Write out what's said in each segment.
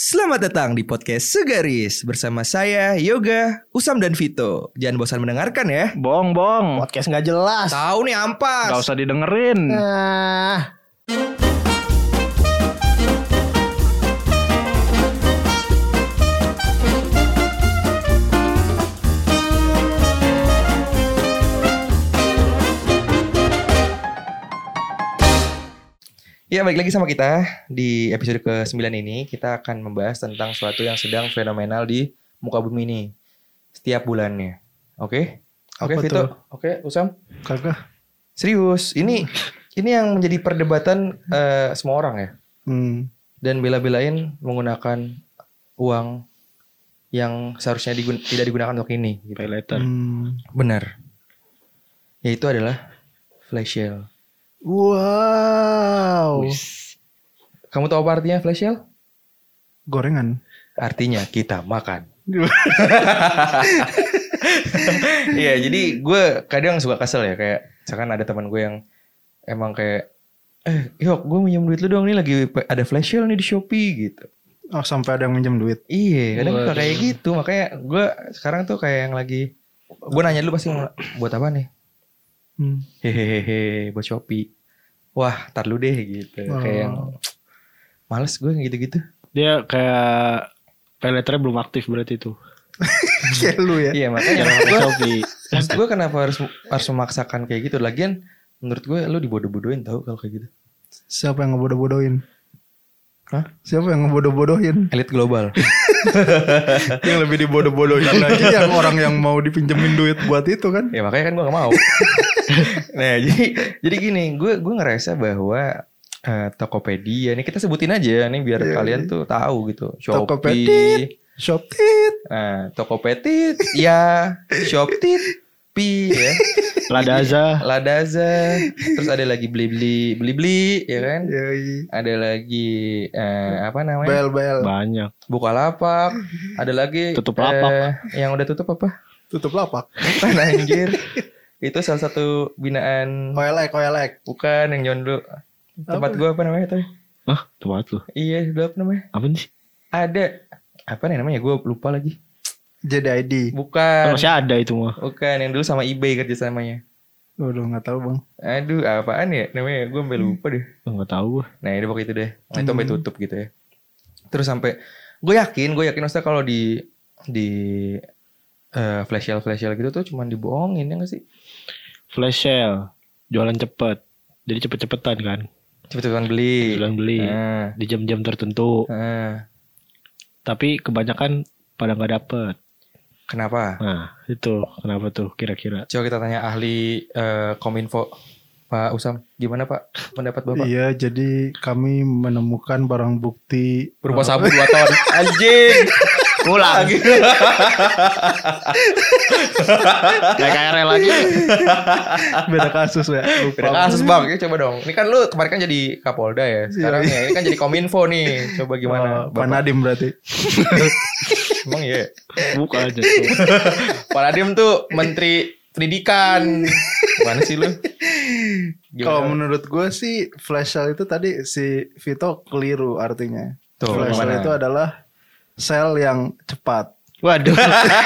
Selamat datang di podcast Segaris bersama saya Yoga, Usam dan Vito. Jangan bosan mendengarkan ya. Bong. Podcast nggak jelas. Tahu nih ampas. Gak usah didengerin. Nah, Ya, balik lagi sama kita di episode ke-9 ini. Kita akan membahas tentang sesuatu yang sedang fenomenal di muka bumi ini setiap bulannya. Oke? Oke, Apa Vito. tuh? Oke, Usam. kagak. Serius. Ini yang menjadi perdebatan semua orang ya. Dan bela-belain menggunakan uang yang seharusnya tidak digunakan untuk ini. Gitu. Pay later. Benar. Yaitu adalah flash sale. Wow. Kamu tahu apa artinya flash sale? Gorengan. Artinya kita makan. Iya, jadi gue kadang suka kesel ya. Kayak misalkan ada teman gue yang emang kayak Yok, gue minjem duit lu dong, nih lagi ada flash sale nih di Shopee gitu. Oh, sampai ada yang minjem duit. Iya, kadang suka kayak gitu. Makanya gue sekarang tuh kayak yang lagi, gue nanya dulu pasti buat apa nih? Hehehe, buat Shopee. Wah, tar lu deh gitu. Kayak yang males gue gitu-gitu. Dia kayak pay letternya belum aktif berarti itu. Kayak lu ya. Iya, makanya Pakai Shopee. maksud gue kenapa harus memaksakan kayak gitu. Lagian menurut gue lu dibodoh-bodohin tau kalau kayak gitu. Siapa yang ngebodoh-bodohin? Hah? Siapa yang ngebodoh-bodohin? Elit global. Yang lebih dibodoh-bodohin lagi yang orang yang mau dipinjemin duit buat itu kan. Ya makanya kan gue gak mau. Nah jadi gini, gue ngerasa bahwa Tokopedia, ini kita sebutin aja nih biar kalian tuh tahu gitu. Shopee, Shoptit. Tokopedia, ya Shoptit, ya. Ladaza, terus ada lagi Blibli, ya kan? Yoi. Ada lagi apa namanya? Bel. Banyak. Bukalapak, ada lagi Tutup lapak. yang udah tutup apa? Tutup lapak. Bukan anjir. Itu salah satu binaan. Koelek. Bukan yang nyondro. Tempat gue apa namanya tuh? Hah? Tempat lu? Iya, udah apa namanya? Apa sih? Ada. Apa nih namanya? Gue lupa lagi. JDID. Bukan. Masih ada itu mah. Bukan, yang dulu sama eBay kerjasamanya. Waduh, nggak tahu bang. Aduh, apaan ya namanya? Gue sampai lupa deh. Enggak tahu gua. Nah, itu pokoknya itu deh. Nah, itu sampai tutup gitu ya. Terus sampai gue yakin maksudnya kalau di flash sale gitu tuh cuman dibohongin ya nggak sih? Flash sale. Jualan cepet. Jadi cepet-cepetan kan. Cepet-cepetan beli. Di jam-jam tertentu. Tapi kebanyakan pada nggak dapet. Kenapa? Nah itu kenapa tuh kira-kira? Coba kita tanya ahli Kominfo, Pak Usam. Gimana Pak pendapat Bapak? Iya, jadi kami menemukan barang bukti Berupa sabu 2 ton. Anjing. Pulang. Kayak KRL lagi. beda kasus ya. Beda kasus Bang. Ya, coba dong. Ini kan lu kemarin kan jadi Kapolda ya. Sekarang ya ini kan jadi Kominfo nih. Coba gimana? Pak Nadiem berarti. Emang iya. Buka aja tuh. Pak Nadiem tuh Menteri Pendidikan. Gimana sih lu? Kalau menurut gue sih flash sale itu tadi si Vito keliru artinya. Tuh, flash sale gimana? itu adalah sale yang cepat. Waduh.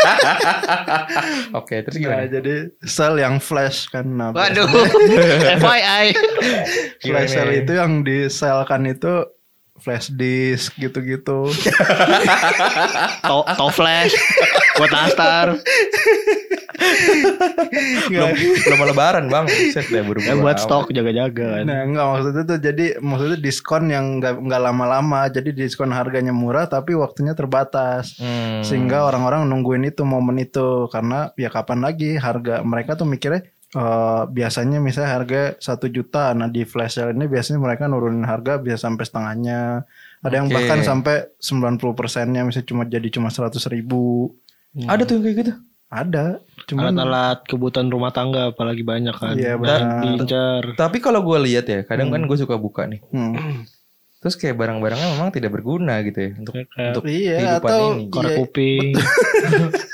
Oke, terus Nah, gimana? jadi sale yang flash kan. Nah, Waduh. FYI. flash Gimana? sale itu yang diselkan itu flash disk gitu-gitu. To flash. Buat nastar. Belum lebaran Bang. Set deh buru-buru. Buat stok jaga-jaga kan. Nah, enggak maksudnya tuh jadi maksudnya diskon yang enggak lama-lama. Jadi diskon harganya murah tapi waktunya terbatas. Sehingga orang-orang nungguin itu momen itu karena ya kapan lagi harga mereka tuh mikirnya biasanya misalnya harga 1 juta. Nah, di flash sale ini biasanya mereka nurunin harga bisa sampai setengahnya. Ada yang bahkan sampai 90%-nya misalnya cuma 100.000. Ada tuh yang kayak gitu. Ada. Cuman Alat-alat kebutuhan rumah tangga apalagi banyak kan. Iya, Dan benar. diincar. Tapi kalau gue lihat ya, kadang kan gue suka buka nih. Terus Terus kayak barang-barangnya memang tidak berguna gitu ya untuk iya kehidupan atau ini. Korek kuping.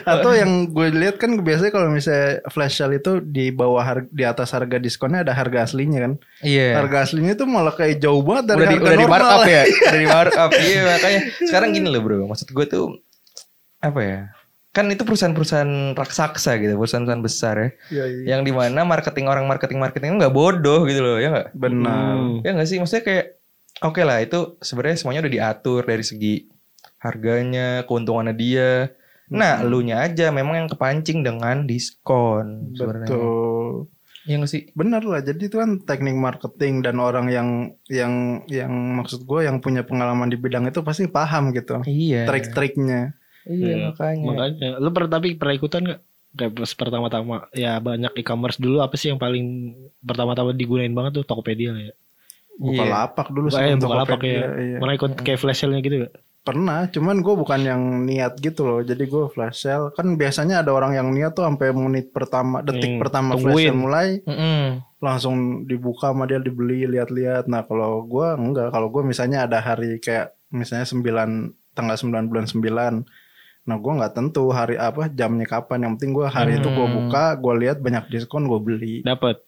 Atau yang gue lihat kan biasanya kalau misalnya flash sale itu di bawah di atas harga diskonnya ada harga aslinya kan. Iya. Harga aslinya tuh malah kayak jauh banget dari harga udah normal. Di markup ya. Udah di markup. Iya makanya sekarang gini loh bro. Maksud gue tuh apa ya? Kan itu perusahaan-perusahaan raksasa gitu, perusahaan-perusahaan besar ya. Yang dimana marketing nggak bodoh gitu loh, ya nggak? Benar. Ya nggak sih, maksudnya kayak oke lah itu sebenarnya semuanya udah diatur dari segi harganya, keuntungannya dia. Nah, elunya aja memang yang kepancing dengan diskon sebenarnya. Betul. Iya nggak sih? Benar lah. Jadi itu kan teknik marketing dan orang yang maksud gue yang punya pengalaman di bidang itu pasti paham gitu. Iya. Trik-triknya. Iya makanya. Lu pernah ikutan nggak? Kayak pertama-tama ya banyak e-commerce dulu apa sih yang paling pertama-tama digunain banget tuh Tokopedia lah ya. Bukalapak dulu sebelum Bukalapak Tokopedia. ya. Iya. Pernah ikut kayak flash sale-nya gitu gak? Pernah, cuman gue bukan yang niat gitu loh. Jadi gue flash sale. Kan biasanya ada orang yang niat tuh sampai menit pertama, detik pertama flash sale mulai, langsung dibuka sama dia dibeli, lihat-lihat. Nah kalau gue enggak. Kalau gue misalnya ada hari kayak misalnya tanggal 9 bulan 9. Nah gue nggak tentu hari apa jamnya kapan. Yang penting gue hari itu gue buka, gue lihat banyak diskon, gue beli. Dapat.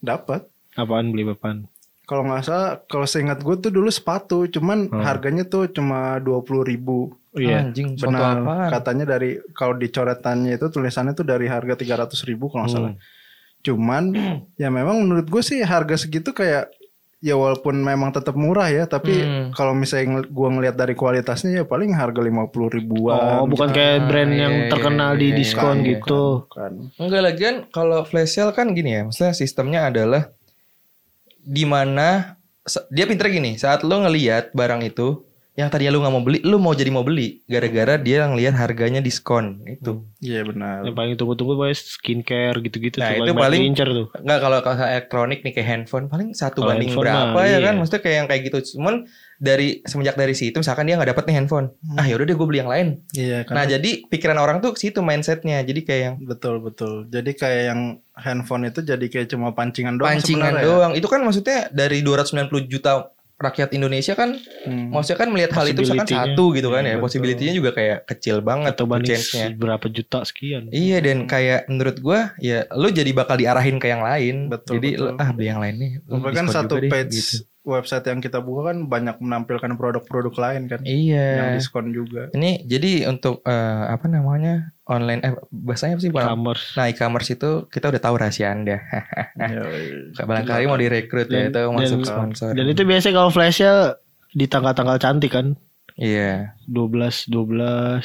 Apaan beli apaan? Kalau nggak salah, kalau seingat gue tuh dulu sepatu, cuman harganya tuh cuma 20.000. Iya. Anjing, benar. Apaan? Katanya dari kalau di coretannya itu tulisannya tuh dari harga 300.000 kalau nggak salah. Cuman ya memang menurut gue sih harga segitu kayak ya walaupun memang tetap murah ya, tapi kalau misalnya gue ngelihat dari kualitasnya ya paling harga 50.000-an. Oh, bukan kayak brand yang terkenal di diskon gitu. Bukan. Enggak lagian kalau flash sale kan gini ya, maksudnya sistemnya adalah di mana dia pinter gini, saat lo ngelihat barang itu yang tadinya lu nggak mau beli, lu mau beli gara-gara dia ngelihat harganya diskon itu. Iya benar. Yang paling tunggu-tunggu paling skincare gitu-gitu. Nah itu paling incer tuh. Nggak kalau elektronik nih kayak handphone paling 1 banding handphone berapa ya kan? Maksudnya kayak yang kayak gitu. Cuman semenjak dari situ misalkan dia nggak dapet nih handphone, yaudah deh gue beli yang lain. Iya. Nah jadi pikiran orang tuh ke situ mindsetnya. Jadi kayak yang betul. Jadi kayak yang handphone itu jadi kayak cuma pancingan doang. Pancingan doang. Itu kan maksudnya dari 290 juta rakyat Indonesia kan maksudnya kan melihat hal itu misalkan satu gitu kan ya, possibility-nya juga kayak kecil banget atau banding berapa juta sekian. Iya dan kayak menurut gua ya lu jadi bakal diarahin ke yang lain. Betul, jadi lu beli yang lain nih. Kan satu page gitu. Website yang kita buka kan banyak menampilkan produk-produk lain kan. Iya. Yang diskon juga. Ini jadi untuk apa namanya online bahasanya apa sih? E-commerce. Nah e-commerce itu kita udah tahu rahasia Anda. Barangkali mau direkrut ya itu masuk sponsor. Dan itu biasanya kalau flash sale di tanggal-tanggal cantik kan. Iya. 12 212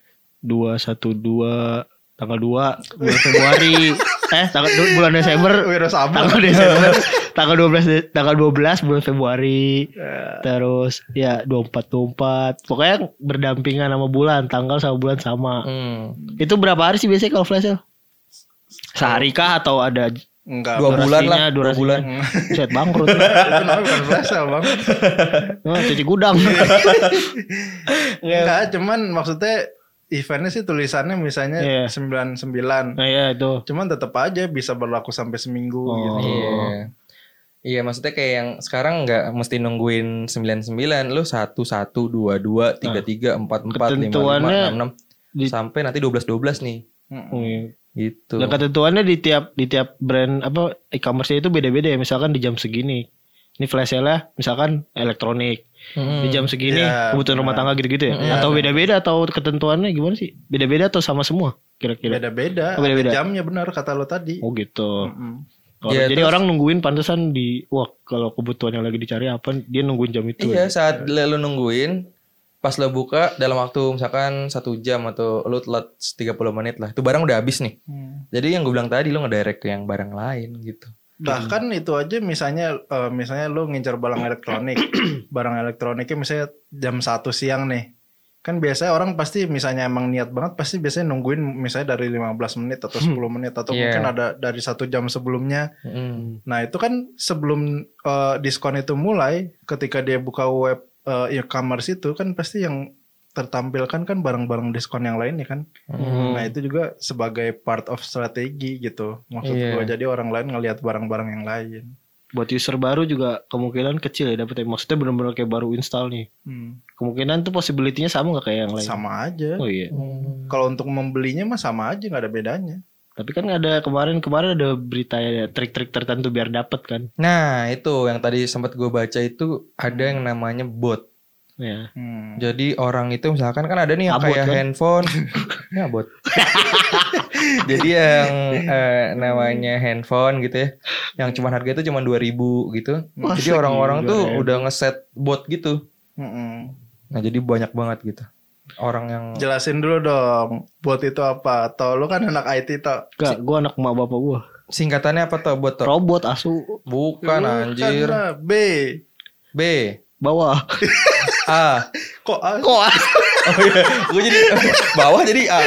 tanggal 2 bulan Februari. Bulan Desember. Tanggal 12 bulan Februari. Terus ya 24. Pokoknya berdampingan sama bulan, tanggal sama bulan sama. Itu berapa hari sih biasanya kalau flash sale? Sehari kah atau ada enggak 2 bulan lah, 2 bulan. Set bangkrut. Itu namanya bukan flash sale, Bang. Cuci gudang. Enggak, cuman maksudnya eventnya sih tulisannya misalnya 99. Nah iya itu. Cuman tetap aja bisa berlaku sampai seminggu gitu. Iya maksudnya kayak yang sekarang nggak mesti nungguin 99, lu 1 1 2 2 3 3 4 4 5 5 6 6 sampai nanti 12 12 nih. Gitu. Dan ketentuannya di tiap brand apa e-commerce itu beda-beda ya. Misalkan di jam segini ini flash sale misalkan elektronik. Di jam segini kebutuhan rumah tangga gitu-gitu ya. Atau beda-beda atau ketentuannya gimana sih? Beda-beda atau sama semua kira-kira? Beda-beda. Jamnya benar kata lo tadi. Oh gitu. Jadi orang nungguin pantesan kalau kebutuhan yang lagi dicari apa dia nungguin jam itu. Iya, saat lo nungguin pas lo buka dalam waktu misalkan 1 jam atau lo telat 30 menit lah. Itu barang udah habis nih. Jadi yang gue bilang tadi lo ngedirect ke yang barang lain gitu. Bahkan itu aja misalnya lo ngincar barang elektronik. Barang elektroniknya misalnya jam 1 siang nih. Kan biasanya orang pasti misalnya emang niat banget pasti biasanya nungguin misalnya dari 15 menit atau 10 menit atau mungkin ada dari 1 jam sebelumnya. Nah itu kan sebelum diskon itu mulai ketika dia buka web e-commerce itu kan pasti yang tertampilkan kan barang-barang diskon yang lainnya kan. Nah itu juga sebagai part of strategi gitu. Maksud gue jadi orang lain ngelihat barang-barang yang lain. Buat user baru juga kemungkinan kecil ya dapetnya. Maksudnya benar-benar kayak baru install nih. Kemungkinan tuh possibility-nya sama gak kayak yang lain? Sama aja. Oh iya. Kalau untuk membelinya mah sama aja, gak ada bedanya. Tapi kan ada kemarin ada berita ya, trik-trik tertentu biar dapet kan. Nah itu yang tadi sempat gue baca itu ada yang namanya bot. Ya. Jadi orang itu misalkan kan ada nih yang Abot, kayak kan? handphone. Ya bot. Jadi yang namanya handphone gitu ya, yang cuma harga itu cuma 2.000 gitu. Masa jadi orang-orang tuh 2.000? udah ngeset bot gitu. Nah jadi banyak banget gitu orang yang. Jelasin dulu dong, bot itu apa? Atau lu kan anak IT toh? Enggak, gue anak emak bapak gue. Singkatannya apa tuh bot tuh? Robot asu. Bukan anjir. Kan B. B. Bawah. A. Kok A? Kok A? Oh iya, gue jadi bawah jadi A.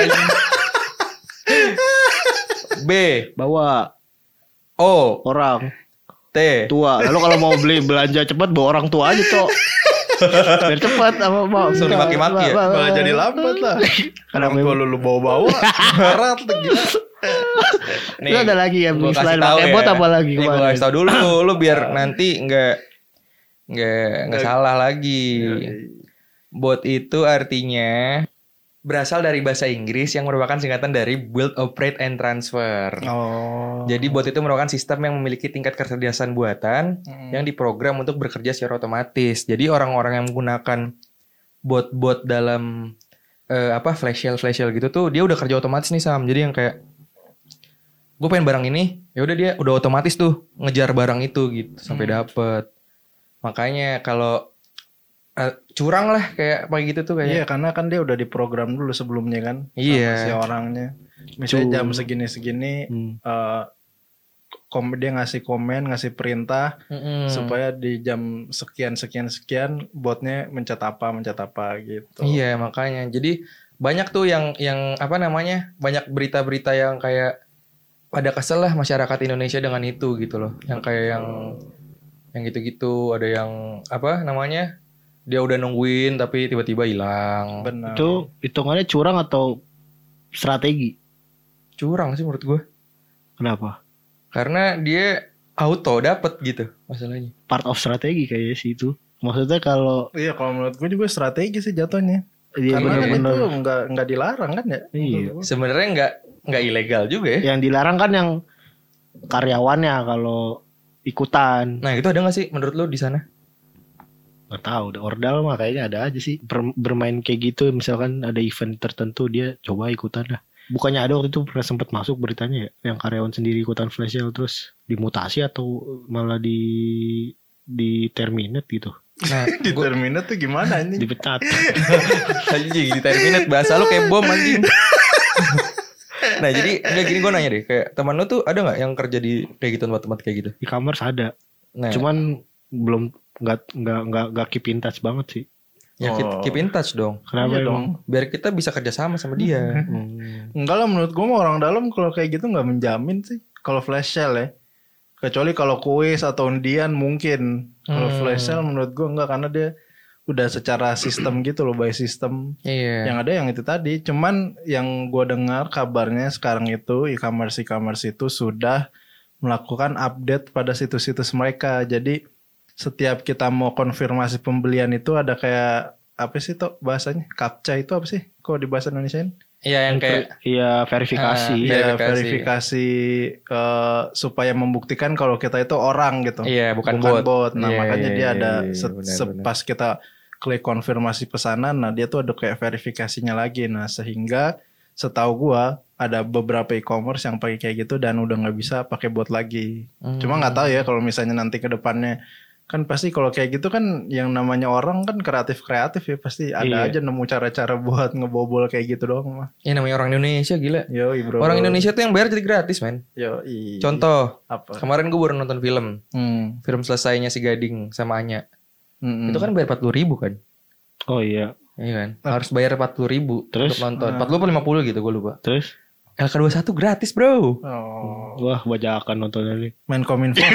B. Bawa. O. Orang. T. Tua. Lalu kalau mau beli belanja cepat bawa orang tua aja, Cok. Biar cepat sama mau. Suruh dimaki-maki ya? Malah jadi lambat lah. Orang tua lu bawa-bawa. Berat tuh gila. Itu ada lagi ya, gua selain kasih tahu pakai bot apa lagi Nih gue kemarin? kasih tahu dulu, lu biar nanti nggak salah lagi. Bot itu artinya berasal dari bahasa Inggris yang merupakan singkatan dari Build, Operate, and Transfer. Oh. Jadi bot itu merupakan sistem yang memiliki tingkat kecerdasan buatan yang diprogram untuk bekerja secara otomatis. Jadi orang-orang yang menggunakan bot-bot dalam flash sale gitu tuh dia udah kerja otomatis nih Sam. Jadi yang kayak gue pengen barang ini, ya udah dia udah otomatis tuh ngejar barang itu gitu sampai dapet. Makanya kalau curang lah kayak gitu tuh kayak. Iya, karena kan dia udah diprogram dulu sebelumnya kan. Iya. Sama si orangnya. Misalnya jam segini-segini dia ngasih komen, ngasih perintah supaya di jam sekian botnya mencet apa gitu. Iya, makanya. Jadi banyak tuh yang banyak berita-berita yang kayak pada kesel lah masyarakat Indonesia dengan itu gitu loh. Yang kayak yang gitu-gitu, ada yang dia udah nungguin tapi tiba-tiba hilang. Benar. Itu hitungannya curang atau strategi? Curang sih menurut gue. Kenapa? Karena dia auto dapet gitu masalahnya. Part of strategi kayaknya sih itu. Maksudnya kalau menurut gue juga strategi sih jatuhnya. Iya, karena bener-bener. kan itu nggak dilarang kan ya. Iya. Sebenarnya nggak ilegal juga ya. Yang dilarang kan yang karyawannya kalau ikutan. Nah itu ada nggak sih menurut lo di sana? Gak tahu, ordal mah kayaknya ada aja sih bermain kayak gitu. Misalkan ada event tertentu dia coba ikutan lah. Bukannya ada waktu itu pernah sempat masuk beritanya ya, yang karyawan sendiri ikutan flash sale terus dimutasi atau malah di terminate gitu. Nah, di terminate tuh gimana ini? Dipecat. Anjing di terminate bahasa lu kayak bom anjing. Nah jadi gini gue nanya deh, kayak teman lu tuh ada nggak yang kerja di kayak gitu tempat-tempat kayak gitu? Di kamar ada. Nah, Cuman belum nggak keep in touch banget sih. ya keep in touch dong. Kenapa Iya dong? Biar kita bisa kerjasama sama dia. Enggak lah, menurut gue orang dalam kalau kayak gitu nggak menjamin sih. Kalau flash sale ya. Kecuali kalau kuis atau undian mungkin. Kalau flash sale menurut gue enggak, karena dia udah secara sistem gitu loh, by system. Iya. Yang ada yang itu tadi. Cuman yang gue dengar kabarnya sekarang itu e-commerce itu sudah melakukan update pada situs-situs mereka. Jadi setiap kita mau konfirmasi pembelian itu ada kayak apa sih tuh bahasanya? CAPTCHA itu apa sih? Kok di bahasa Indonesiain? Iya yang kayak verifikasi. Iya, verifikasi supaya membuktikan kalau kita itu orang gitu. Iya, bukan bot. Nah, Iya, makanya iya, dia iya, ada benar. pas kita klik konfirmasi pesanan, nah dia tuh ada kayak verifikasinya lagi. Nah, sehingga setahu gua ada beberapa e-commerce yang pakai kayak gitu dan udah nggak bisa pakai bot lagi. Cuma nggak tahu ya kalau misalnya nanti ke depannya, kan pasti kalau kayak gitu kan yang namanya orang kan kreatif ya, pasti ada aja nemu cara-cara buat ngebobol kayak gitu doang mah. ya namanya orang Indonesia gila. Yoi bro. Orang Indonesia tuh yang bayar jadi gratis men. Yoi. Contoh, Apa? kemarin gue baru nonton film. Film Selesainya si Gading sama Anya. Itu kan bayar 40.000 kan. Oh iya. Iya kan. Harus bayar 40.000 Terus? untuk nonton. 40 atau 50 gitu gue lupa. Terus? LK21 gratis bro. Wah, bajakan nontonnya nih. Menkominfo.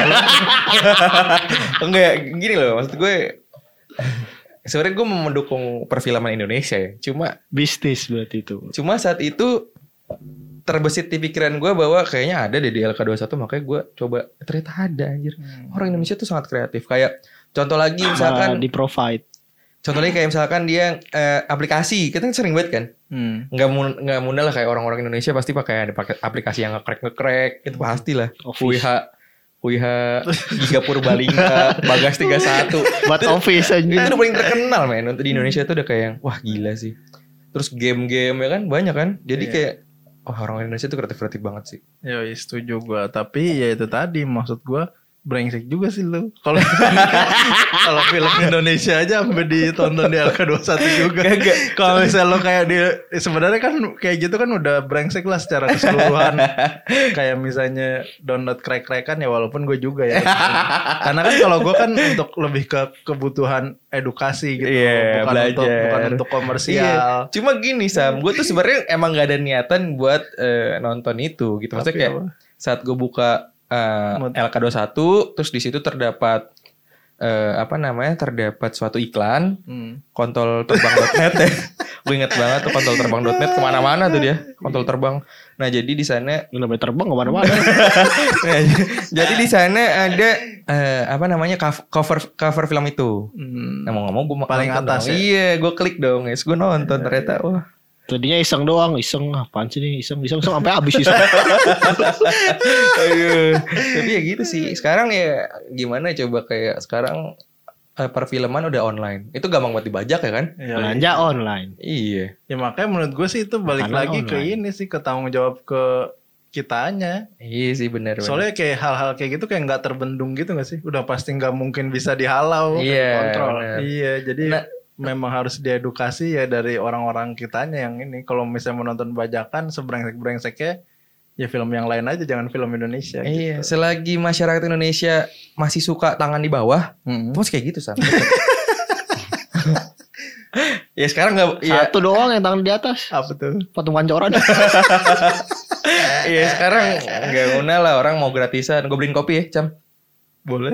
Enggak gini loh, maksud gue sebenarnya gue mau mendukung perfilman Indonesia ya. Cuma Bisnis berarti itu. saat itu terbesit di pikiran gue bahwa kayaknya ada deh di LK21, makanya gue coba ternyata ada anjir. Orang Indonesia tuh sangat kreatif. Kayak contoh lagi misalkan di provide. Contohnya kayak misalkan dia aplikasi, kita kan sering banget kan. Nggak mudah lah kayak orang-orang Indonesia pasti pakai aplikasi yang ngekrek itu pastilah. Wiha, Giga Purbalingga, Bagas 31. Buat office aja. Itu udah paling terkenal men. Untuk di Indonesia tuh udah kayak yang wah gila sih. Terus game-game ya kan banyak kan. Jadi kayak orang Indonesia tuh kreatif banget sih. Yoi, setuju gue. Tapi ya itu tadi maksud gue brengsek juga sih lu. Kalau kalau film Indonesia aja sampai ditonton di LK21 juga. Kalau misalnya lo kayak di sebenarnya kan kayak gitu kan udah brengsek lah secara keseluruhan. Kayak misalnya download crack-crackan ya walaupun gue juga ya. Karena kan kalau gue kan untuk lebih ke kebutuhan edukasi gitu, bukan untuk komersial. Cuma gini Sam, gue tuh sebenarnya emang gak ada niatan buat nonton itu gitu. Maksudnya kayak saat gue buka LK21 terus di situ terdapat terdapat suatu iklan kontol terbang.net ya. Gue inget banget tuh kontol terbang.net kemana-mana tuh dia kontol terbang. Nah jadi di sana namanya terbang kemana-mana. Nah, jadi di sana ada cover film itu. Nah mau ngomong gue paling atas ya? Iya gue klik dong guys, gue nonton ternyata wah. Tadinya iseng doang, apaan sih nih iseng sampai habis iseng. Aduh. Tapi ya gitu sih. Sekarang ya gimana coba kayak sekarang perfilman udah online. Itu gampang banget dibajak ya kan? Belanja online. Iya. Ya makanya menurut gue sih itu balik lagi online. Ke ini sih ke tanggung jawab ke kitanya. Iya sih benar. Soalnya kayak hal-hal kayak gitu kayak nggak terbendung gitu nggak sih? Udah pasti nggak mungkin bisa dihalau, kontrol. Iya. Jadi memang harus diedukasi ya dari orang-orang kitanya yang ini. Kalau misalnya menonton bajakan sebrengsek-brengseknya ya film yang lain aja, jangan film Indonesia. Iya, gitu. Selagi masyarakat Indonesia masih suka tangan di bawah, terus kayak gitu sama. Ya sekarang nggak. Satu doang yang tangan di atas. Apa tuh? Patung Pancoran. Iya sekarang nggak guna lah orang mau gratisan. Gue beliin kopi ya, Cam. Boleh.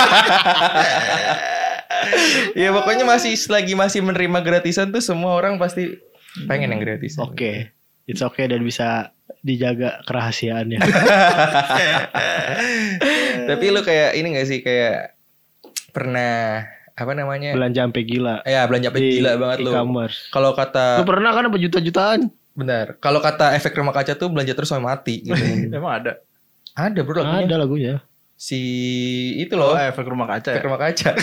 Ya pokoknya selagi masih menerima gratisan tuh semua orang pasti pengen yang gratisan. Oke. It's okay dan bisa dijaga kerahasiaannya. Tapi lu kayak ini gak sih kayak pernah belanja sampai gila. Ya belanja sampai gila banget lu. Kalau kata lu pernah kan apa juta-jutaan? Benar. Kalau kata efek rumah kaca tuh belanja terus sampai mati gitu. Emang ada? Ada bro lagunya. Ada lagunya. Si itu loh. Efek rumah kaca. Efek rumah kaca.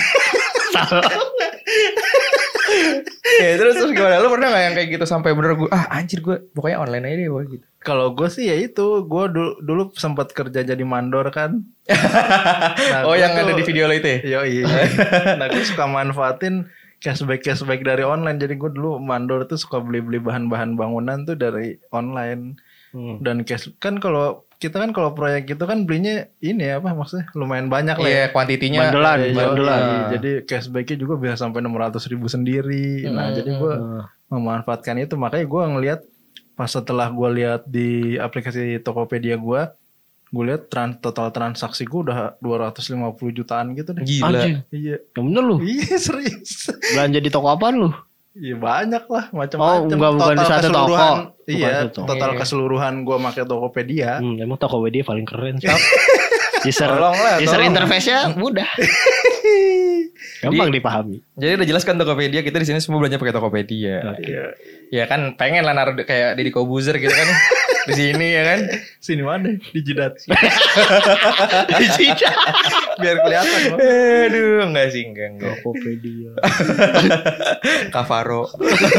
Ya terus gimana? Lu pernah gak yang kayak gitu sampai bener gue anjir gue pokoknya online aja deh gitu. Kalau gue sih ya itu gue dulu sempat kerja jadi mandor kan. Nah, yang ada di video lo itu ya? Iya. Nah gue suka manfaatin cashback dari online. Jadi gue dulu mandor tuh suka beli bahan-bahan bangunan tuh dari online. Dan cash kan kalau proyek itu kan belinya ini apa maksudnya lumayan banyak lah. Iya, kuantitinya bandelan. Jadi cashbacknya juga bisa sampai 600.000 sendiri. Nah, jadi gue memanfaatkan itu. Makanya gue ngelihat pas setelah gue lihat di aplikasi Tokopedia gue lihat total transaksi gue udah 250 jutaan gitu deh. Gila. Anjir. Iya. Yang bener lu? Iya, serius. Belanja di toko apaan lu? Iya banyak lah macam-macam. Bukan di satu toko. Iya, total keseluruhan gue pakai Tokopedia. Emang Tokopedia paling keren. User interface-nya mudah. Gampang dipahami. Jadi udah jelas kan Tokopedia, kita di sini semua belanja pakai Tokopedia. Okay. Ya kan pengen lah naruh kayak Deddy Kobuzer gitu kan. Di sini ya kan. Sini mana? Di jidat. Di jidat. Biar kelihatan. Aduh, enggak sih, enggak. Tokopedia. Kavaro.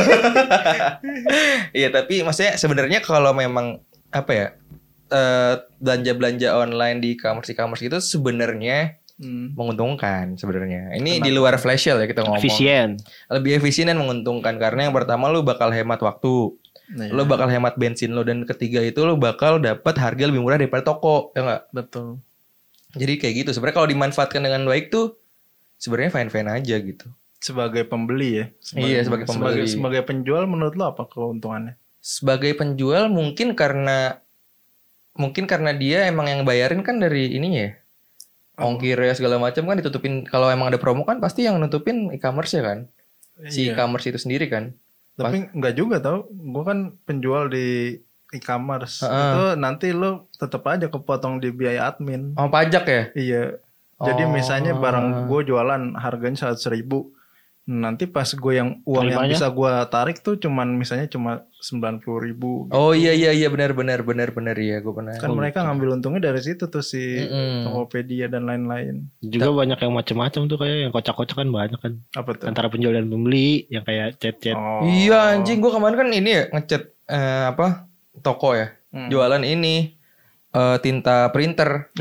Iya, tapi maksudnya sebenarnya kalau memang apa ya? Belanja-belanja online di e-commerce gitu sebenarnya menguntungkan sebenarnya. Ini di luar flash sale ya kita ngomong. Lebih efisien dan menguntungkan karena yang pertama lu bakal hemat waktu. Lu bakal hemat bensin lu dan ketiga itu lu bakal dapat harga lebih murah daripada toko, ya enggak? Betul. Jadi kayak gitu. Sebenarnya kalau dimanfaatkan dengan baik tuh sebenarnya fine-fine aja gitu. Sebagai pembeli ya. Sebagai pembeli. Sebagai penjual menurut lo apa keuntungannya? Sebagai penjual mungkin karena dia emang yang bayarin kan dari ininya ya. Ongkir ya segala macam kan ditutupin. Kalau emang ada promo kan pasti yang nutupin e-commerce ya kan. Si e-commerce itu sendiri kan. Tapi enggak juga tau. Gue kan penjual di e-commerce itu nanti lu tetap aja kepotong di biaya admin. Oh, pajak ya? Iya. Jadi misalnya barang gue jualan harganya 100.000. Nanti pas gue yang uang yang bisa gue tarik tuh misalnya cuma 90.000. Gitu. Oh iya benar ya, gue pernah. Kan mereka ngambil untungnya dari situ tuh si Tokopedia dan lain-lain. Juga banyak yang macam-macam tuh kayak yang kocak-kocak kan banyak kan. Apa tuh? Antara penjual dan pembeli yang kayak chat-chat. Iya anjing, gue kemarin kan ini ya ngechat toko ya. Jualan ini tinta printer.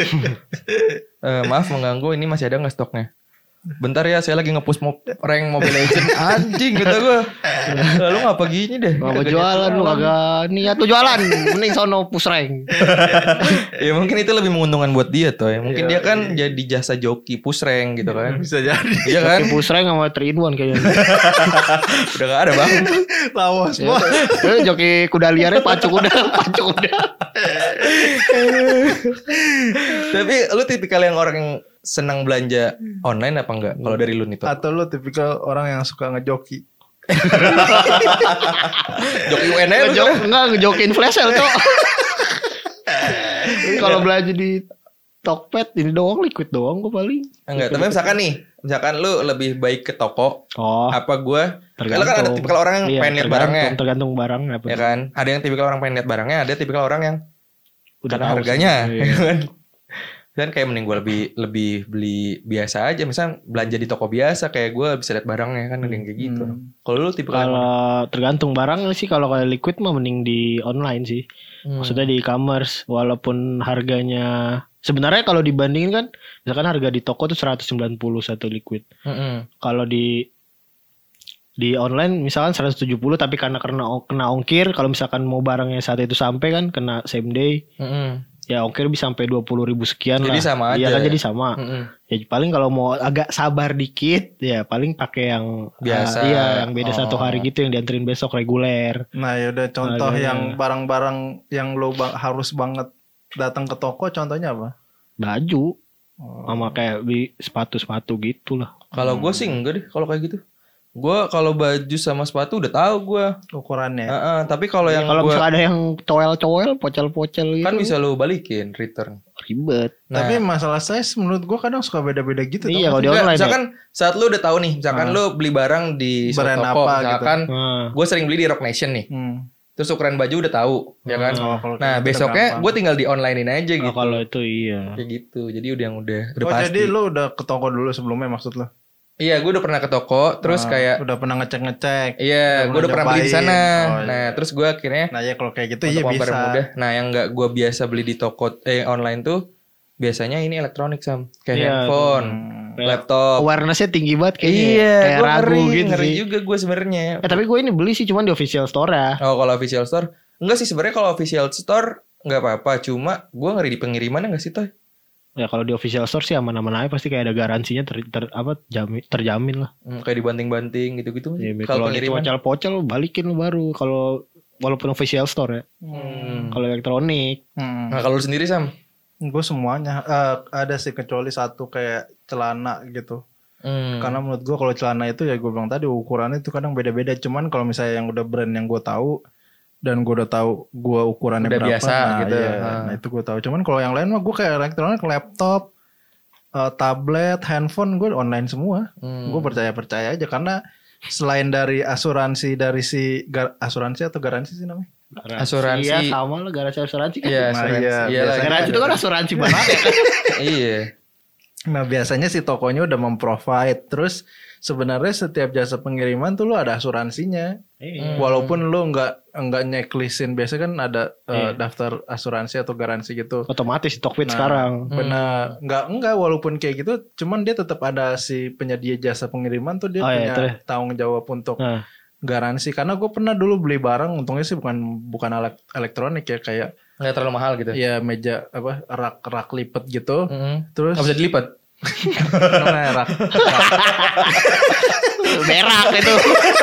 Maaf mengganggu, ini masih ada nggak stoknya? Bentar ya, saya lagi nge-push rank Mobile Legends. Anjing kata gue. Lu ngapa gini deh? Ngapa jualan lu kagak niat lu jualan. Mending sono push rank. Ya mungkin itu lebih menguntungkan buat dia tuh ya. Mungkin dia kan jadi jasa joki push rank gitu kan. Bisa jadi. Iya kan? Joki push rank sama 3-in-1 kayaknya. Udah gak ada bang. Lawas bang. Joki kuda liarnya pacu kuda. Tapi lu tipikal yang orang yang senang belanja online apa enggak? Kalau dari lu nih tuh. Atau lu tipikal orang yang suka ngejoki? Joki UNL enggak ngejokin flash sale tuh. Kalau belanja di Tokped ini doang, liquid doang gue paling. Enggak, tapi misalkan lu lebih baik ke toko. Apa gue? Kalau kan ada tipikal orang yang pengen lihat barangnya. Tergantung barangnya. Ya kan? Ada yang tipikal orang pengen lihat barangnya, ada tipikal orang yang udah harganya. Dan kayak mending gue lebih beli biasa aja, misal belanja di toko biasa kayak gue bisa lihat barangnya kan, ada yang kayak gitu. Kalau lu tipe kalau tergantung barang sih, kalau kayak liquid mah mending di online sih. Maksudnya di e-commerce walaupun harganya sebenarnya kalau dibandingin kan misalkan harga di toko tuh 190 satu liquid. Kalau di online misalkan 170 tapi karena kena ongkir, kalau misalkan mau barangnya saat itu sampai kan kena same day. Ya ongkir bisa sampai 20.000 sekian jadi lah. Sama iya aja. Kan jadi sama. Ya paling kalau mau agak sabar dikit ya paling pakai yang biasa. Yang beda 1 hari gitu yang dianterin besok reguler. Nah yaudah contoh yang barang-barang yang lo harus banget datang ke toko, contohnya apa? Baju. Sama kayak beli sepatu-sepatu gitu lah. Kalau gue sih enggak deh kalau kayak gitu. Gue kalau baju sama sepatu udah tahu gue ukurannya. Tapi kalau yang kalau misalnya ada yang cowel-cowel, pocel-pocel gitu kan bisa lo balikin, return. Ribet. Tapi masalah size menurut gue kadang suka beda-beda gitu. Iya kalau di online. Misalkan saat lo udah tahu nih, misalkan lo beli barang di suatu toko, misalkan gue sering beli di Rock Nation nih. Terus ukuran baju udah tahu, ya kan? Nah besoknya gue tinggal di onlinein aja gitu. Kalau itu iya. Kayak gitu. Jadi udah pasti. Jadi lo udah ke toko dulu sebelumnya maksud lo? Iya, gue udah pernah ke toko, terus kayak udah pernah ngecek. Iya, gue udah pernah beli di sana. Nah, terus gue akhirnya. Nah ya kalau kayak gitu iya bisa. Mudah. Nah, yang nggak gue biasa beli di toko online tuh biasanya ini elektronik kayak handphone, laptop. Awareness-nya tinggi banget kayaknya. Iya, kayak gue ragu gitu ngeri sih. juga gue sebenarnya. Tapi gue ini beli sih cuman di official store ya. Oh, kalau official store enggak sih sebenarnya. Kalau official store nggak apa-apa, cuma gue ngeri di pengirimannya nggak sih Toy? Ya kalau di official store sih aman-aman aja, pasti kayak ada garansinya terjamin lah. Kayak dibanting-banting gitu-gitu. Ya, kalau pengiriman pocel balikin lo baru kalau walaupun official store ya. Kalau elektronik. Nah kalau lu sendiri Sam? Gue semuanya ada sih kecuali satu kayak celana gitu. Karena menurut gue kalau celana itu ya gue bilang tadi ukurannya itu kadang beda-beda. Cuman kalau misalnya yang udah brand yang gue tahu dan gue udah tahu gue ukurannya udah berapa, biasa, gitu. Nah itu gue tahu. Cuman kalau yang lain mah gue kayak elektronik, laptop, tablet, handphone gue online semua. Gue percaya aja karena selain dari asuransi dari si asuransi atau garansi sih namanya? Asuransi. Iya sama lah, garansi asuransi kan. Iya, asuransi. Garansi itu kan asuransi banget ya kan. Iya. Nah biasanya si tokonya udah memprovide. Terus sebenarnya setiap jasa pengiriman tuh lo ada asuransinya. Walaupun lo nggak nyeklisin, biasa kan ada daftar asuransi atau garansi gitu. Otomatis di Tokped sekarang. Benar, nggak walaupun kayak gitu, cuman dia tetap ada si penyedia jasa pengiriman tuh dia punya tanggung jawab untuk garansi. Karena gue pernah dulu beli barang, untungnya sih bukan alat elektronik ya, kayak nggak terlalu mahal gitu. Ya meja rak lipet gitu. Terus nggak bisa dilipat. rak. Berak itu.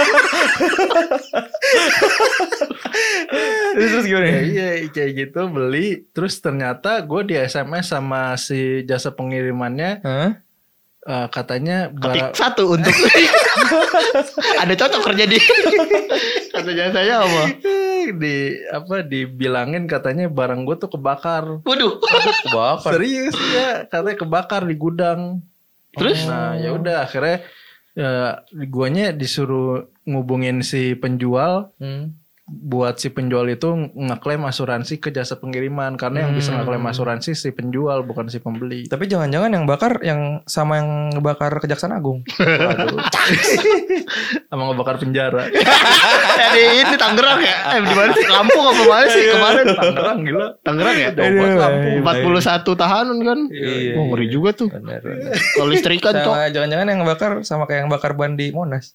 Terus gimana? Iya kayak gitu beli. Terus ternyata gue di SMS sama si jasa pengirimannya. Katanya ketik 1 untuk ada cocok kerja di kata saya apa? dibilangin katanya barang gue tuh kebakar. Waduh. Kebakar. Serius ya, katanya kebakar di gudang. Terus? Nah, ya udah akhirnya guanya disuruh ngubungin si penjual. Buat si penjual itu ngeklaim asuransi ke jasa pengiriman, karena yang bisa ngeklaim asuransi si penjual bukan si pembeli. Tapi jangan-jangan yang bakar yang sama yang ngebakar Kejaksaan Agung. Waduh. Sama ngebakar penjara. Ini Tangerang ya? Di mana sih? Lampung apa mana sih kemarin? Tangerang gila. Tangerang ya? Lampung. 41 tahanan kan? Iya, Wah, ngeri juga tuh. Benar. Kalau listrikan tuh. Sama jangan-jangan yang ngebakar sama kayak yang bakar ban di Monas.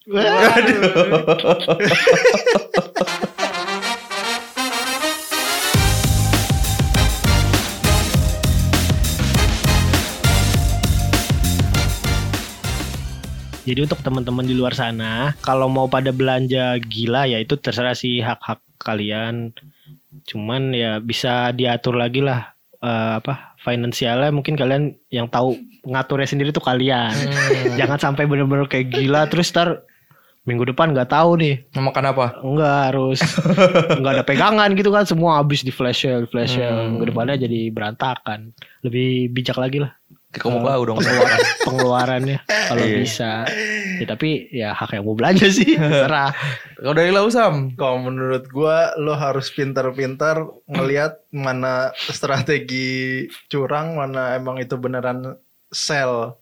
Jadi untuk teman-teman di luar sana, kalau mau pada belanja gila ya itu terserah sih, hak-hak kalian. Cuman ya bisa diatur lagi lah finansialnya, mungkin kalian yang tahu ngaturnya sendiri tuh kalian. Jangan sampai bener-bener kayak gila terus ntar minggu depan nggak tahu nih Mau makan apa? Enggak harus nggak ada pegangan gitu kan, semua habis di flash sale. Minggu depannya jadi berantakan. Lebih bijak lagi lah Kamu tahu dong pengeluarannya kalau bisa. Ya, tapi ya hak yang mau belanja sih terserah. Kalau dari lo Sam, Kalau menurut gua lo harus pintar-pintar ngelihat mana strategi curang, mana emang itu beneran sell.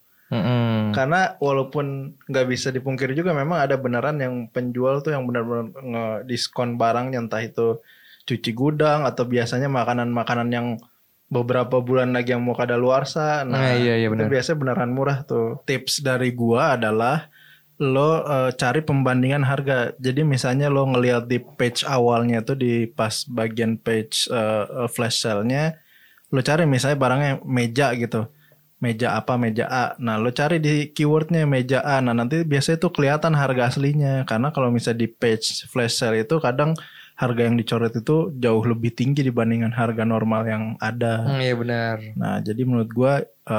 Karena walaupun nggak bisa dipungkiri juga memang ada beneran yang penjual tuh yang benar-benar ngediskon barangnya, entah itu cuci gudang atau biasanya makanan-makanan yang beberapa bulan lagi yang mau kadaluarsa. Nah, iya, itu benar. biasanya beneran murah tuh. Tips dari gua adalah lo cari pembandingan harga. Jadi misalnya lo ngelihat di page awalnya tuh, di pas bagian page flash sale-nya, lo cari misalnya barangnya meja gitu. Meja apa, meja A. Nah, lo cari di keywordnya meja A. Nah, nanti biasanya tuh kelihatan harga aslinya. Karena kalau misalnya di page flash sale itu kadang harga yang dicoret itu jauh lebih tinggi dibandingkan harga normal yang ada. Iya benar. Nah, jadi menurut gua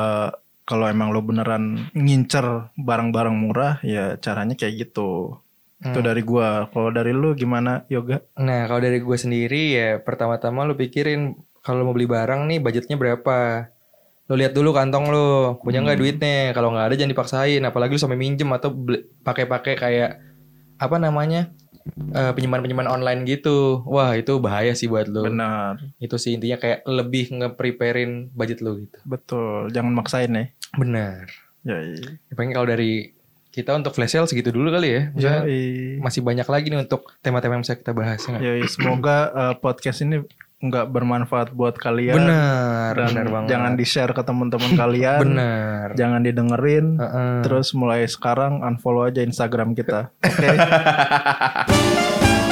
kalau emang lo beneran ngincer barang-barang murah, ya caranya kayak gitu. Itu dari gua. Kalau dari lu gimana, Yoga? Nah, kalau dari gue sendiri ya pertama-tama lu pikirin kalau mau beli barang nih budgetnya berapa. Lu lihat dulu kantong lu, punya nggak duitnya. Kalau nggak ada jangan dipaksain, apalagi lu sampai minjem atau pakai kayak apa namanya pinjaman online gitu. Wah, itu bahaya sih buat lu. Benar. Itu sih intinya kayak lebih nge-preparein budget lu gitu. Betul, jangan maksain ya. Benar. Ya. Paling kalau dari kita untuk flash sale segitu dulu kali ya. Misalnya masih banyak lagi nih untuk tema-tema yang bisa kita bahas. Ya, semoga podcast ini nggak bermanfaat buat kalian. Benar banget. Jangan di-share ke teman-teman kalian. Benar. Jangan didengerin. Terus mulai sekarang unfollow aja Instagram kita. Oke.